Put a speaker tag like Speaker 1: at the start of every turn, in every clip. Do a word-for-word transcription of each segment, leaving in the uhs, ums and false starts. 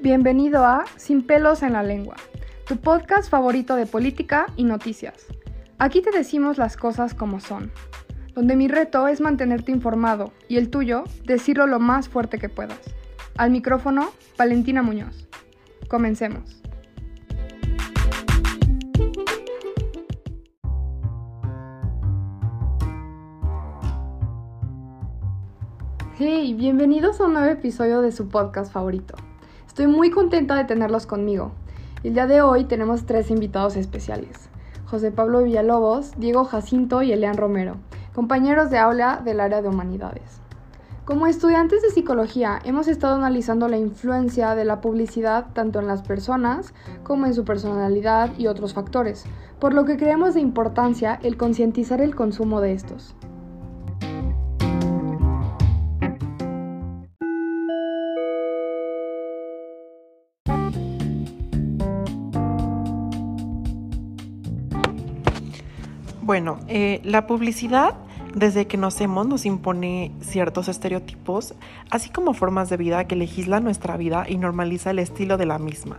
Speaker 1: Bienvenido a Sin pelos en la lengua, tu podcast favorito de política y noticias. Aquí te decimos las cosas como son, donde mi reto es mantenerte informado y el tuyo, decirlo lo más fuerte que puedas. Al micrófono, Valentina Muñoz. Comencemos. Hey, bienvenidos a un nuevo episodio de su podcast favorito. Estoy muy contenta de tenerlos conmigo. El día de hoy tenemos tres invitados especiales. José Pablo Villalobos, Diego Jacinto y Elian Romero, compañeros de aula del área de humanidades. Como estudiantes de psicología, hemos estado analizando la influencia de la publicidad tanto en las personas como en su personalidad y otros factores, por lo que creemos de importancia el concientizar el consumo de estos.
Speaker 2: Bueno, eh, la publicidad desde que nacemos nos impone ciertos estereotipos, así como formas de vida que legislan nuestra vida y normaliza el estilo de la misma.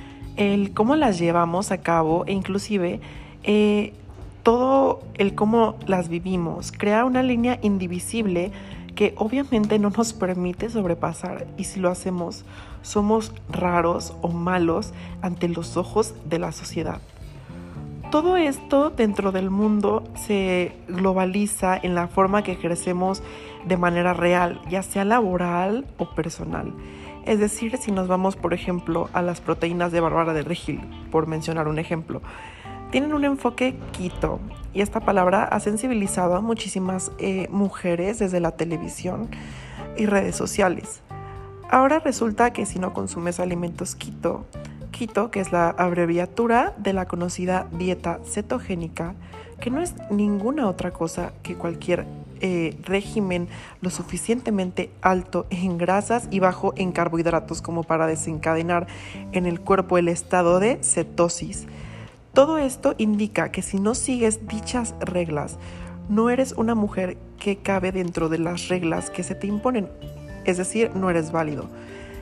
Speaker 2: El cómo las llevamos a cabo e inclusive eh, todo el cómo las vivimos crea una línea indivisible que obviamente no nos permite sobrepasar, y si lo hacemos somos raros o malos ante los ojos de la sociedad. Todo esto dentro del mundo se globaliza en la forma que ejercemos de manera real, ya sea laboral o personal. Es decir, si nos vamos, por ejemplo, a las proteínas de Bárbara de Regil, por mencionar un ejemplo, tienen un enfoque keto, y esta palabra ha sensibilizado a muchísimas eh, mujeres desde la televisión y redes sociales. Ahora resulta que si no consumes alimentos keto, keto, que es la abreviatura de la conocida dieta cetogénica, que no es ninguna otra cosa que cualquier eh, régimen lo suficientemente alto en grasas y bajo en carbohidratos como para desencadenar en el cuerpo el estado de cetosis. Todo esto indica que si no sigues dichas reglas, no eres una mujer que cabe dentro de las reglas que se te imponen, es decir, no eres válido.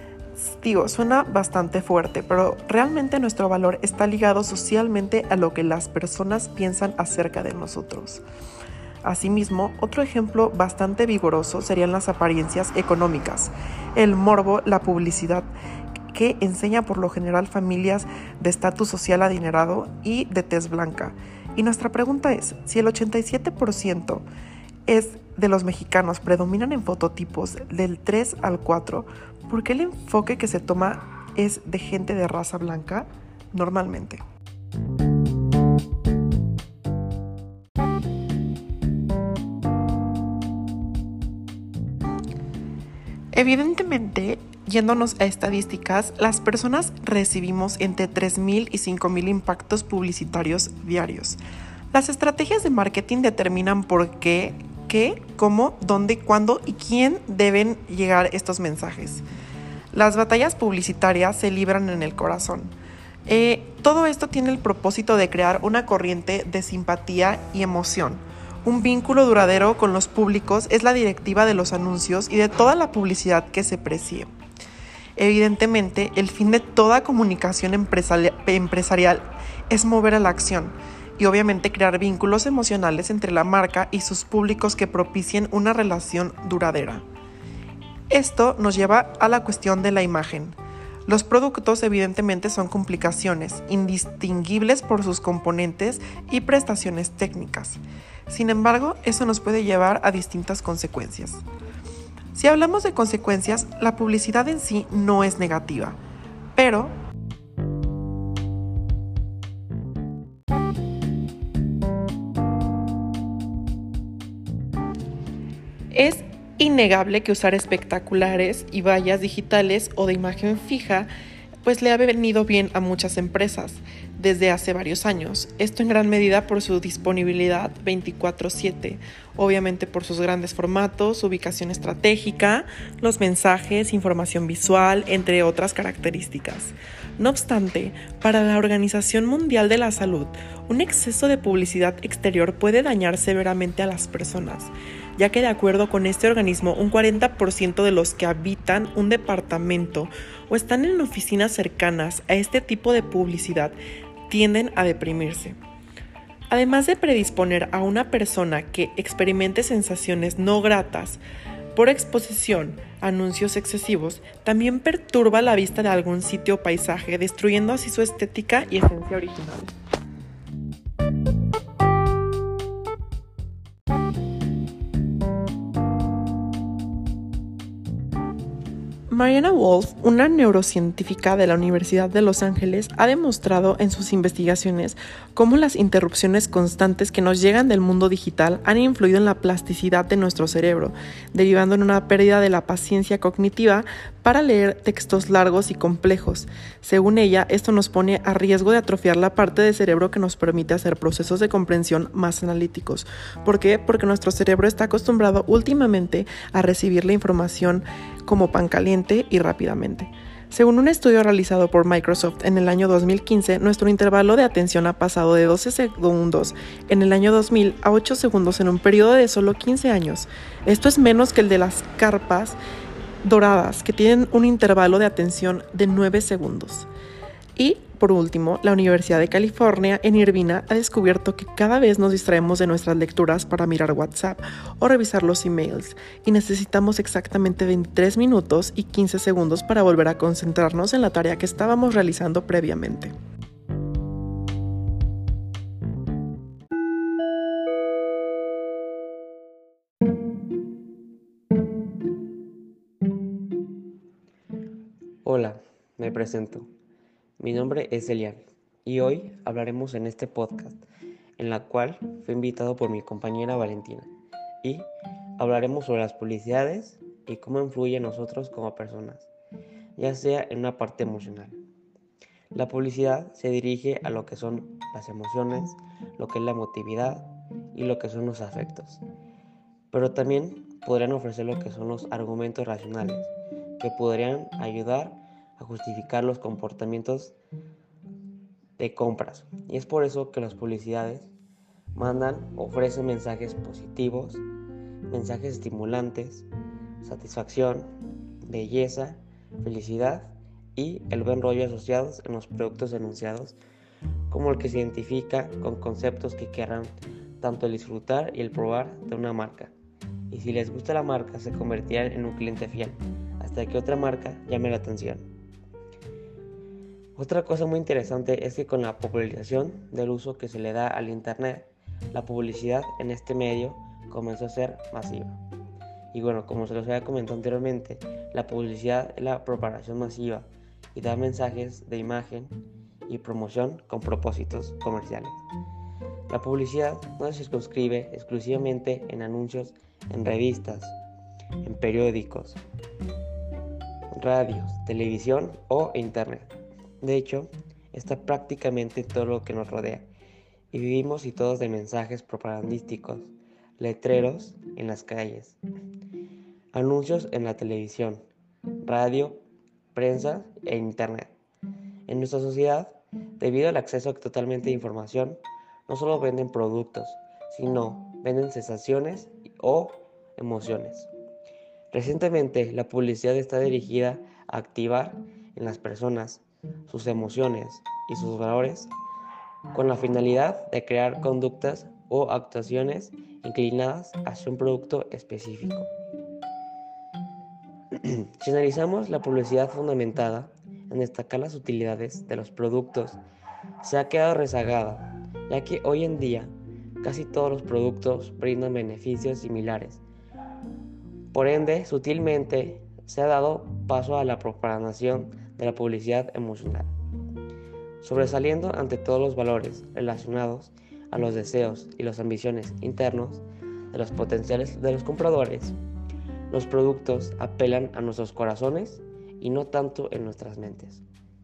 Speaker 2: Digo, suena bastante fuerte, pero realmente nuestro valor está ligado socialmente a lo que las personas piensan acerca de nosotros. Asimismo, otro ejemplo bastante vigoroso serían las apariencias económicas, el morbo, la publicidad, que enseña por lo general familias de estatus social adinerado y de tez blanca. Y nuestra pregunta es, si el ochenta y siete por ciento es de los mexicanos predominan en fototipos del tres al cuatro, ¿por qué el enfoque que se toma es de gente de raza blanca normalmente? Evidentemente, yéndonos a estadísticas, las personas recibimos entre tres mil y cinco mil impactos publicitarios diarios. Las estrategias de marketing determinan por qué, qué, cómo, dónde, cuándo y quién deben llegar estos mensajes. Las batallas publicitarias se libran en el corazón. Eh, todo esto tiene el propósito de crear una corriente de simpatía y emoción. Un vínculo duradero con los públicos es la directiva de los anuncios y de toda la publicidad que se precie. Evidentemente, el fin de toda comunicación empresari- empresarial es mover a la acción y obviamente crear vínculos emocionales entre la marca y sus públicos que propicien una relación duradera. Esto nos lleva a la cuestión de la imagen. Los productos evidentemente son complicaciones, indistinguibles por sus componentes y prestaciones técnicas. Sin embargo, eso nos puede llevar a distintas consecuencias. Si hablamos de consecuencias, la publicidad en sí no es negativa, pero es innegable que usar espectaculares y vallas digitales o de imagen fija pues le ha venido bien a muchas empresas desde hace varios años. Esto en gran medida por su disponibilidad veinticuatro siete, obviamente por sus grandes formatos, ubicación estratégica, los mensajes, información visual, entre otras características. No obstante, para la Organización Mundial de la Salud, un exceso de publicidad exterior puede dañar severamente a las personas, ya que de acuerdo con este organismo, un cuarenta por ciento de los que habitan un departamento o están en oficinas cercanas a este tipo de publicidad tienden a deprimirse. Además de predisponer a una persona que experimente sensaciones no gratas por exposición a anuncios excesivos, también perturba la vista de algún sitio o paisaje, destruyendo así su estética y esencia original. Mariana Wolf, una neurocientífica de la Universidad de Los Ángeles, ha demostrado en sus investigaciones cómo las interrupciones constantes que nos llegan del mundo digital han influido en la plasticidad de nuestro cerebro, derivando en una pérdida de la paciencia cognitiva para leer textos largos y complejos. Según ella, esto nos pone a riesgo de atrofiar la parte del cerebro que nos permite hacer procesos de comprensión más analíticos. ¿Por qué? Porque nuestro cerebro está acostumbrado últimamente a recibir la información como pan caliente y rápidamente. Según un estudio realizado por Microsoft en el año dos mil quince, nuestro intervalo de atención ha pasado de doce segundos en el año dos mil a ocho segundos en un periodo de solo quince años. Esto es menos que el de las carpas doradas, que tienen un intervalo de atención de nueve segundos. Y, por último, la Universidad de California en Irvine ha descubierto que cada vez nos distraemos de nuestras lecturas para mirar WhatsApp o revisar los emails y necesitamos exactamente veintitrés minutos y quince segundos para volver a concentrarnos en la tarea que estábamos realizando previamente.
Speaker 3: Hola, me presento. Mi nombre es Elian y hoy hablaremos en este podcast, en la cual fui invitado por mi compañera Valentina, y hablaremos sobre las publicidades y cómo influye en nosotros como personas, ya sea en una parte emocional. La publicidad se dirige a lo que son las emociones, lo que es la emotividad y lo que son los afectos, pero también podrían ofrecer lo que son los argumentos racionales, que podrían ayudar a justificar los comportamientos de compras. Y es por eso que las publicidades mandan, ofrecen mensajes positivos, mensajes estimulantes, satisfacción, belleza, felicidad y el buen rollo asociados en los productos enunciados, como el que se identifica con conceptos que querrán tanto el disfrutar y el probar de una marca. Y si les gusta la marca, se convertirán en un cliente fiel, hasta que otra marca llame la atención. Otra cosa muy interesante es que con la popularización del uso que se le da al internet, la publicidad en este medio comenzó a ser masiva. Y bueno, como se los había comentado anteriormente, la publicidad es la propagación masiva y da mensajes de imagen y promoción con propósitos comerciales. La publicidad no se circunscribe exclusivamente en anuncios en revistas, en periódicos, radios, televisión o internet. De hecho, está prácticamente todo lo que nos rodea y vivimos y todos de mensajes propagandísticos, letreros en las calles, anuncios en la televisión, radio, prensa e internet. En nuestra sociedad, debido al acceso totalmente de información, no solo venden productos, sino venden sensaciones o emociones. Recientemente, la publicidad está dirigida a activar en las personas sus emociones y sus valores con la finalidad de crear conductas o actuaciones inclinadas hacia un producto específico. Si analizamos la publicidad fundamentada en destacar las utilidades de los productos, se ha quedado rezagada, ya que hoy en día casi todos los productos brindan beneficios similares. Por ende, sutilmente se ha dado paso a la propagación de la publicidad emocional, sobresaliendo ante todos los valores relacionados a los deseos y las ambiciones internos de los potenciales de los compradores. Los productos apelan a nuestros corazones y no tanto en nuestras mentes.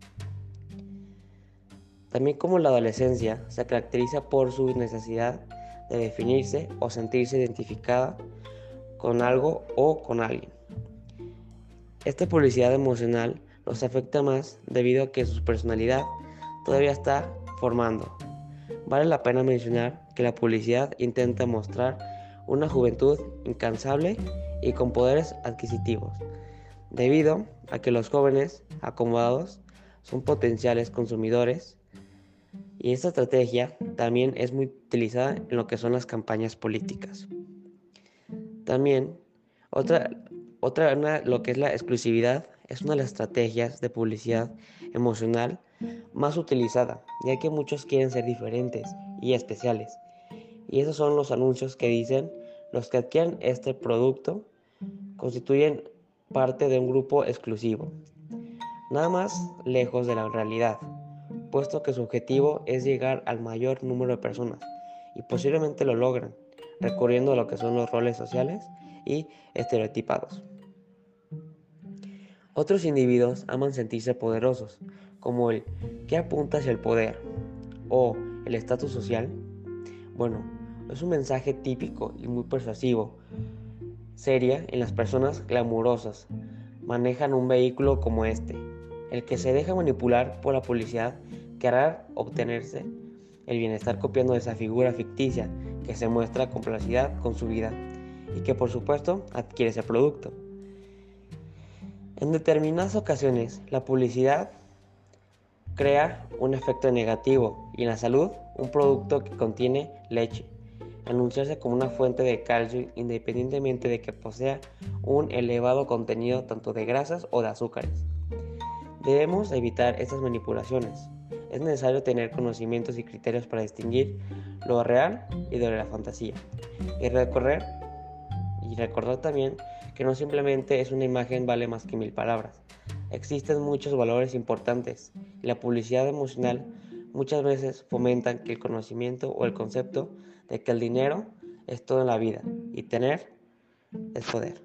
Speaker 3: También, como la adolescencia se caracteriza por su necesidad de definirse o sentirse identificada con algo o con alguien, esta publicidad emocional los afecta más debido a que su personalidad todavía está formando. Vale la pena mencionar que la publicidad intenta mostrar una juventud incansable y con poderes adquisitivos, debido a que los jóvenes acomodados son potenciales consumidores, y esta estrategia también es muy utilizada en lo que son las campañas políticas. También otra, otra una, lo que es la exclusividad es una de las estrategias de publicidad emocional más utilizada, ya que muchos quieren ser diferentes y especiales, y esos son los anuncios que dicen: los que adquieren este producto constituyen parte de un grupo exclusivo, nada más lejos de la realidad, puesto que su objetivo es llegar al mayor número de personas, y posiblemente lo logran, recurriendo a lo que son los roles sociales y estereotipados. Otros individuos aman sentirse poderosos, como el que apunta hacia el poder o el estatus social. Bueno, es un mensaje típico y muy persuasivo. Seria en las personas glamurosas manejan un vehículo como este. El que se deja manipular por la publicidad querrá obtenerse el bienestar copiando esa figura ficticia que se muestra complacidad con su vida y que por supuesto adquiere ese producto. En determinadas ocasiones la publicidad crea un efecto negativo y en la salud un producto que contiene leche anunciarse como una fuente de calcio independientemente de que posea un elevado contenido tanto de grasas o de azúcares. Debemos evitar estas manipulaciones. Es necesario tener conocimientos y criterios para distinguir lo real y de la fantasía. Y recorrer y recordar también que no simplemente es una imagen vale más que mil palabras. Existen muchos valores importantes y la publicidad emocional muchas veces fomentan que el conocimiento o el concepto de que el dinero es todo en la vida y tener es poder.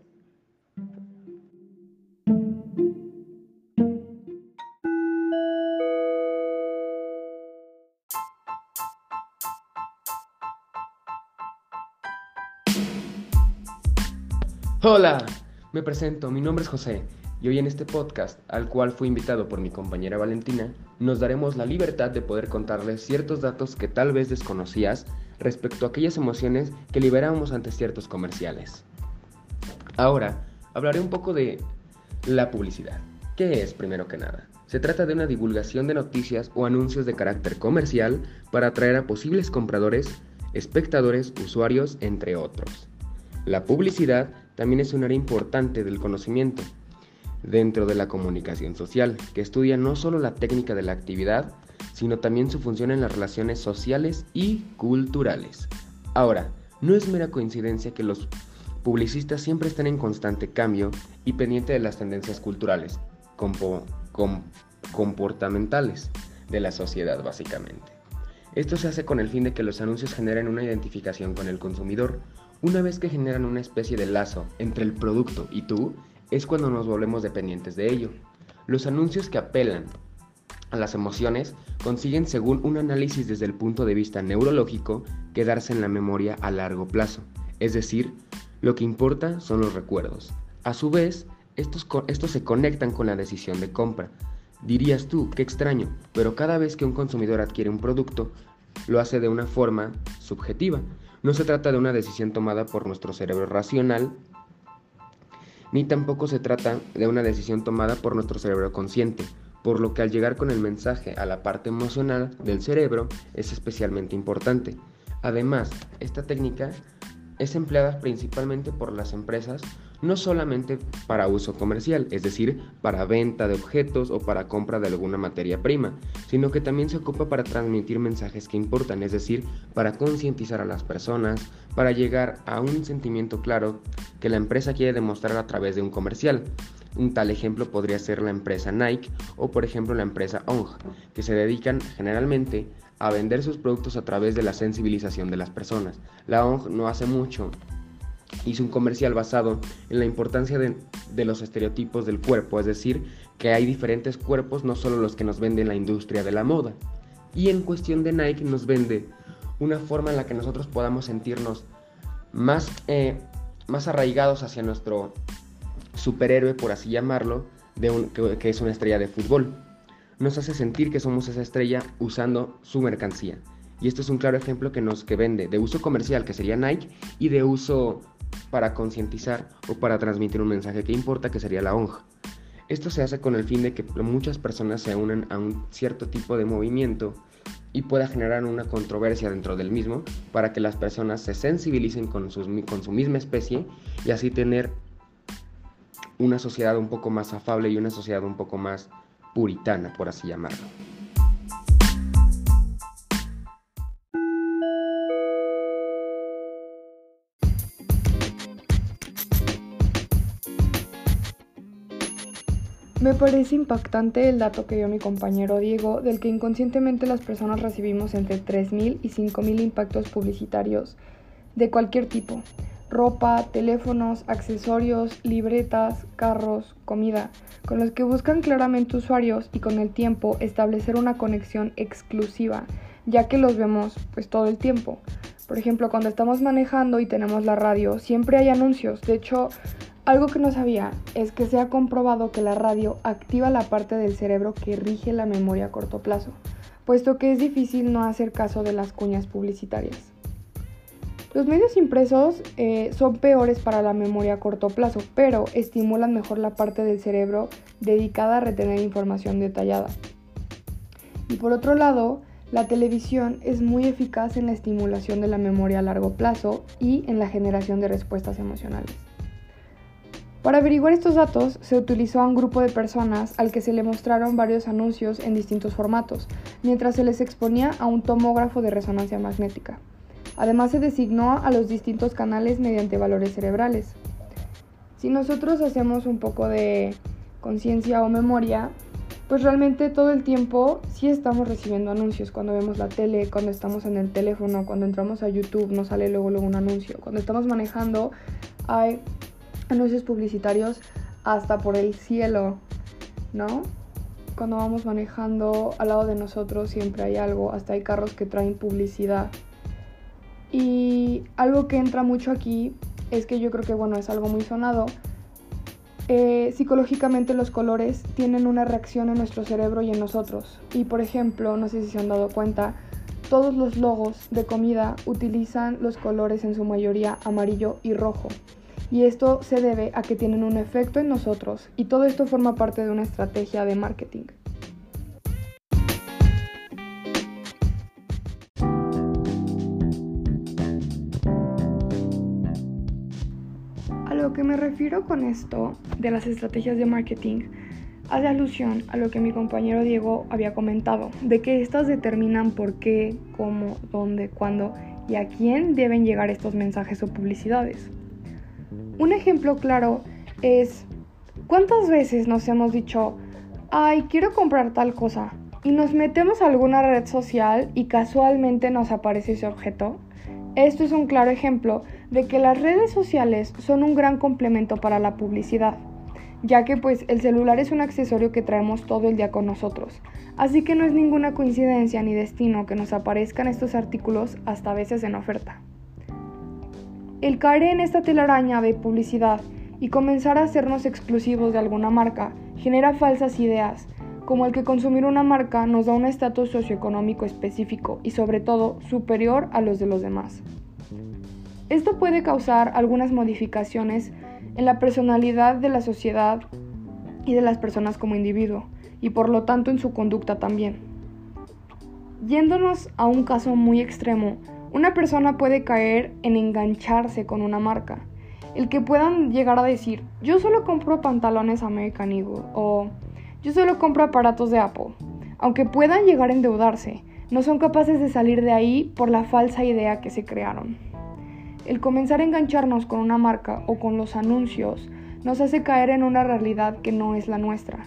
Speaker 4: Hola, me presento, mi nombre es José y hoy en este podcast, al cual fui invitado por mi compañera Valentina, nos daremos la libertad de poder contarles ciertos datos que tal vez desconocías respecto a aquellas emociones que liberamos ante ciertos comerciales. Ahora, hablaré un poco de la publicidad. ¿Qué es, primero que nada? Se trata de una divulgación de noticias o anuncios de carácter comercial para atraer a posibles compradores, espectadores, usuarios, entre otros. La publicidad también es un área importante del conocimiento dentro de la comunicación social, que estudia no solo la técnica de la actividad, sino también su función en las relaciones sociales y culturales. Ahora, no es mera coincidencia que los publicistas siempre estén en constante cambio y pendiente de las tendencias culturales, compo, com, comportamentales de la sociedad básicamente. Esto se hace con el fin de que los anuncios generen una identificación con el consumidor. Una vez que generan una especie de lazo entre el producto y tú, es cuando nos volvemos dependientes de ello. Los anuncios que apelan a las emociones consiguen, según un análisis desde el punto de vista neurológico, quedarse en la memoria a largo plazo. Es decir, lo que importa son los recuerdos. A su vez, estos, estos se conectan con la decisión de compra. Dirías tú, qué extraño, pero cada vez que un consumidor adquiere un producto, lo hace de una forma subjetiva. No se trata de una decisión tomada por nuestro cerebro racional, ni tampoco se trata de una decisión tomada por nuestro cerebro consciente, por lo que al llegar con el mensaje a la parte emocional del cerebro es especialmente importante. Además, esta técnica es empleada principalmente por las empresas, no solamente para uso comercial, es decir, para venta de objetos o para compra de alguna materia prima, sino que también se ocupa para transmitir mensajes que importan, es decir, para concientizar a las personas, para llegar a un sentimiento claro que la empresa quiere demostrar a través de un comercial. Un tal ejemplo podría ser la empresa Nike o por ejemplo la empresa O N G, que se dedican generalmente a vender sus productos a través de la sensibilización de las personas. La O N G no hace mucho hizo un comercial basado en la importancia de, de los estereotipos del cuerpo, es decir, que hay diferentes cuerpos, no solo los que nos vende la industria de la moda. Y en cuestión de Nike nos vende una forma en la que nosotros podamos sentirnos más, eh, más arraigados hacia nuestro superhéroe, por así llamarlo, de un, que, que es una estrella de fútbol. Nos hace sentir que somos esa estrella usando su mercancía. Y esto es un claro ejemplo que nos que vende de uso comercial, que sería Nike, y de uso para concientizar o para transmitir un mensaje que importa, que sería la O N G. Esto se hace con el fin de que muchas personas se unan a un cierto tipo de movimiento y pueda generar una controversia dentro del mismo para que las personas se sensibilicen con, sus, con su misma especie y así tener una sociedad un poco más afable y una sociedad un poco más puritana, por así llamarlo.
Speaker 1: Me parece impactante el dato que dio mi compañero Diego, del que inconscientemente las personas recibimos entre tres mil y cinco mil impactos publicitarios de cualquier tipo: ropa, teléfonos, accesorios, libretas, carros, comida, con los que buscan claramente usuarios y con el tiempo establecer una conexión exclusiva, ya que los vemos pues todo el tiempo. Por ejemplo, cuando estamos manejando y tenemos la radio, siempre hay anuncios. De hecho, algo que no sabía es que se ha comprobado que la radio activa la parte del cerebro que rige la memoria a corto plazo, puesto que es difícil no hacer caso de las cuñas publicitarias. Los medios impresos eh, son peores para la memoria a corto plazo, pero estimulan mejor la parte del cerebro dedicada a retener información detallada. Y por otro lado, la televisión es muy eficaz en la estimulación de la memoria a largo plazo y en la generación de respuestas emocionales. Para averiguar estos datos, se utilizó a un grupo de personas al que se le mostraron varios anuncios en distintos formatos, mientras se les exponía a un tomógrafo de resonancia magnética. Además, se designó a los distintos canales mediante valores cerebrales. Si nosotros hacemos un poco de conciencia o memoria, pues realmente todo el tiempo sí estamos recibiendo anuncios. Cuando vemos la tele, cuando estamos en el teléfono, cuando entramos a YouTube, nos sale luego, luego un anuncio. Cuando estamos manejando, hay anuncios publicitarios hasta por el cielo, ¿no? Cuando vamos manejando, al lado de nosotros siempre hay algo, hasta hay carros que traen publicidad. Y algo que entra mucho aquí es que yo creo que, bueno, es algo muy sonado. Eh, psicológicamente los colores tienen una reacción en nuestro cerebro y en nosotros. Y por ejemplo, no sé si se han dado cuenta, todos los logos de comida utilizan los colores en su mayoría amarillo y rojo. Y esto se debe a que tienen un efecto en nosotros, y todo esto forma parte de una estrategia de marketing. A lo que me refiero con esto de las estrategias de marketing, hace alusión a lo que mi compañero Diego había comentado, de que estas determinan por qué, cómo, dónde, cuándo y a quién deben llegar estos mensajes o publicidades. Un ejemplo claro es, ¿cuántas veces nos hemos dicho, ay, quiero comprar tal cosa? Y nos metemos a alguna red social y casualmente nos aparece ese objeto. Esto es un claro ejemplo de que las redes sociales son un gran complemento para la publicidad, ya que pues el celular es un accesorio que traemos todo el día con nosotros. Así que no es ninguna coincidencia ni destino que nos aparezcan estos artículos hasta a veces en oferta. El caer en esta telaraña de publicidad y comenzar a hacernos exclusivos de alguna marca genera falsas ideas, como el que consumir una marca nos da un estatus socioeconómico específico y sobre todo superior a los de los demás. Esto puede causar algunas modificaciones en la personalidad de la sociedad y de las personas como individuo, y por lo tanto en su conducta también. Yéndonos a un caso muy extremo, una persona puede caer en engancharse con una marca. El que puedan llegar a decir, yo solo compro pantalones American Eagle o yo solo compro aparatos de Apple. Aunque puedan llegar a endeudarse, no son capaces de salir de ahí por la falsa idea que se crearon. El comenzar a engancharnos con una marca o con los anuncios nos hace caer en una realidad que no es la nuestra.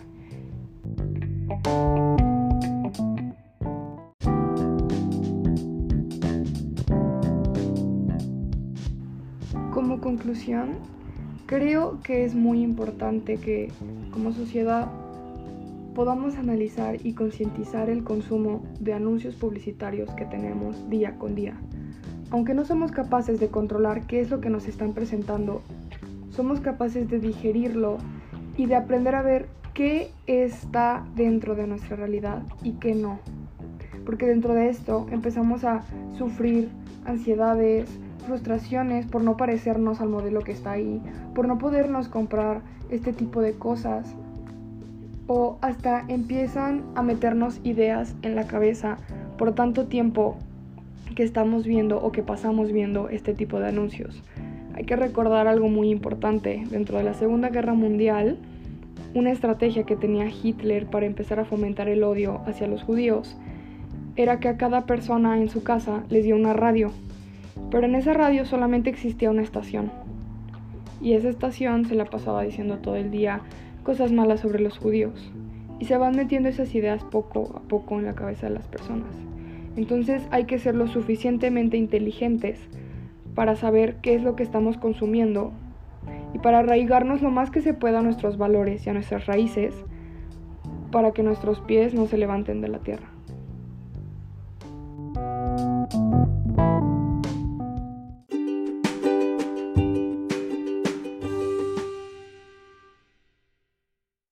Speaker 1: Como conclusión, creo que es muy importante que, como sociedad, podamos analizar y concientizar el consumo de anuncios publicitarios que tenemos día con día. Aunque no somos capaces de controlar qué es lo que nos están presentando, somos capaces de digerirlo y de aprender a ver qué está dentro de nuestra realidad y qué no. porque dentro de esto empezamos a sufrir ansiedades, frustraciones por no parecernos al modelo que está ahí, por no podernos comprar este tipo de cosas, o hasta empiezan a meternos ideas en la cabeza por tanto tiempo que estamos viendo o que pasamos viendo este tipo de anuncios. Hay que recordar algo muy importante. Dentro de la Segunda Guerra Mundial, una estrategia que tenía Hitler para empezar a fomentar el odio hacia los judíos era que a cada persona en su casa les dio una radio, pero en esa radio solamente existía una estación, y esa estación se la pasaba diciendo todo el día cosas malas sobre los judíos, y se van metiendo esas ideas poco a poco en la cabeza de las personas. Entonces hay que ser lo suficientemente inteligentes para saber qué es lo que estamos consumiendo y para arraigarnos lo más que se pueda a nuestros valores y a nuestras raíces, para que nuestros pies no se levanten de la tierra.